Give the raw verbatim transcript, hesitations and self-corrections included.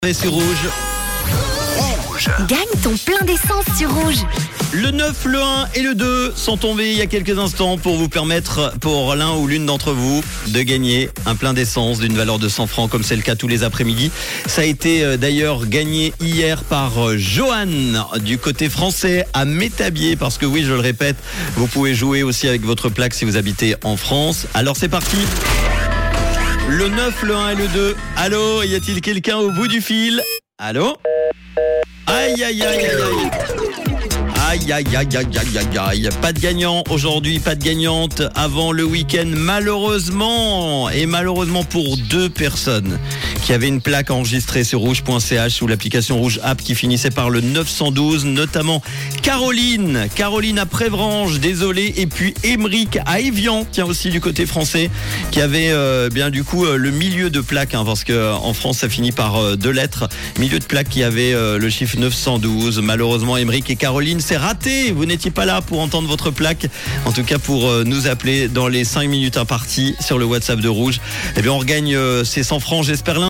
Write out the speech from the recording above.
Et c'est rouge. Rouge. Gagne ton plein d'essence sur Rouge. Le neuf, le un et le deux sont tombés il y a quelques instants pour vous permettre, pour l'un ou l'une d'entre vous, de gagner un plein d'essence d'une valeur de cent francs, comme c'est le cas tous les après-midi. Ça a été euh, d'ailleurs gagné hier par euh, Johan du côté français à Métabier, parce que oui, je le répète, vous pouvez jouer aussi avec votre plaque si vous habitez en France. Alors c'est parti. Le neuf, le un et le deux. Allô, y a-t-il quelqu'un au bout du fil? Allô? Aïe, aïe, aïe, aïe, aïe. Aïe, aïe, aïe, aïe, aïe, aïe, aïe. Pas de gagnant aujourd'hui, pas de gagnante avant le week-end, malheureusement. Et malheureusement pour deux personnes qui avaient une plaque enregistrée sur rouge point c h ou l'application Rouge App qui finissait par le neuf cent douze, notamment Caroline. Caroline à Prévrange, désolé. Et puis Émeric à Évian, tiens aussi du côté français, qui avait euh, bien du coup euh, le milieu de plaque, hein, parce que euh, en France ça finit par euh, deux lettres. Milieu de plaque qui avait euh, le chiffre neuf cent douze. Malheureusement, Émeric et Caroline, c'est raté. Vous n'étiez pas là pour entendre votre plaque. En tout cas, pour euh, nous appeler dans les cinq minutes imparties sur le WhatsApp de Rouge. Eh bien, on regagne euh, ces cent francs, j'espère.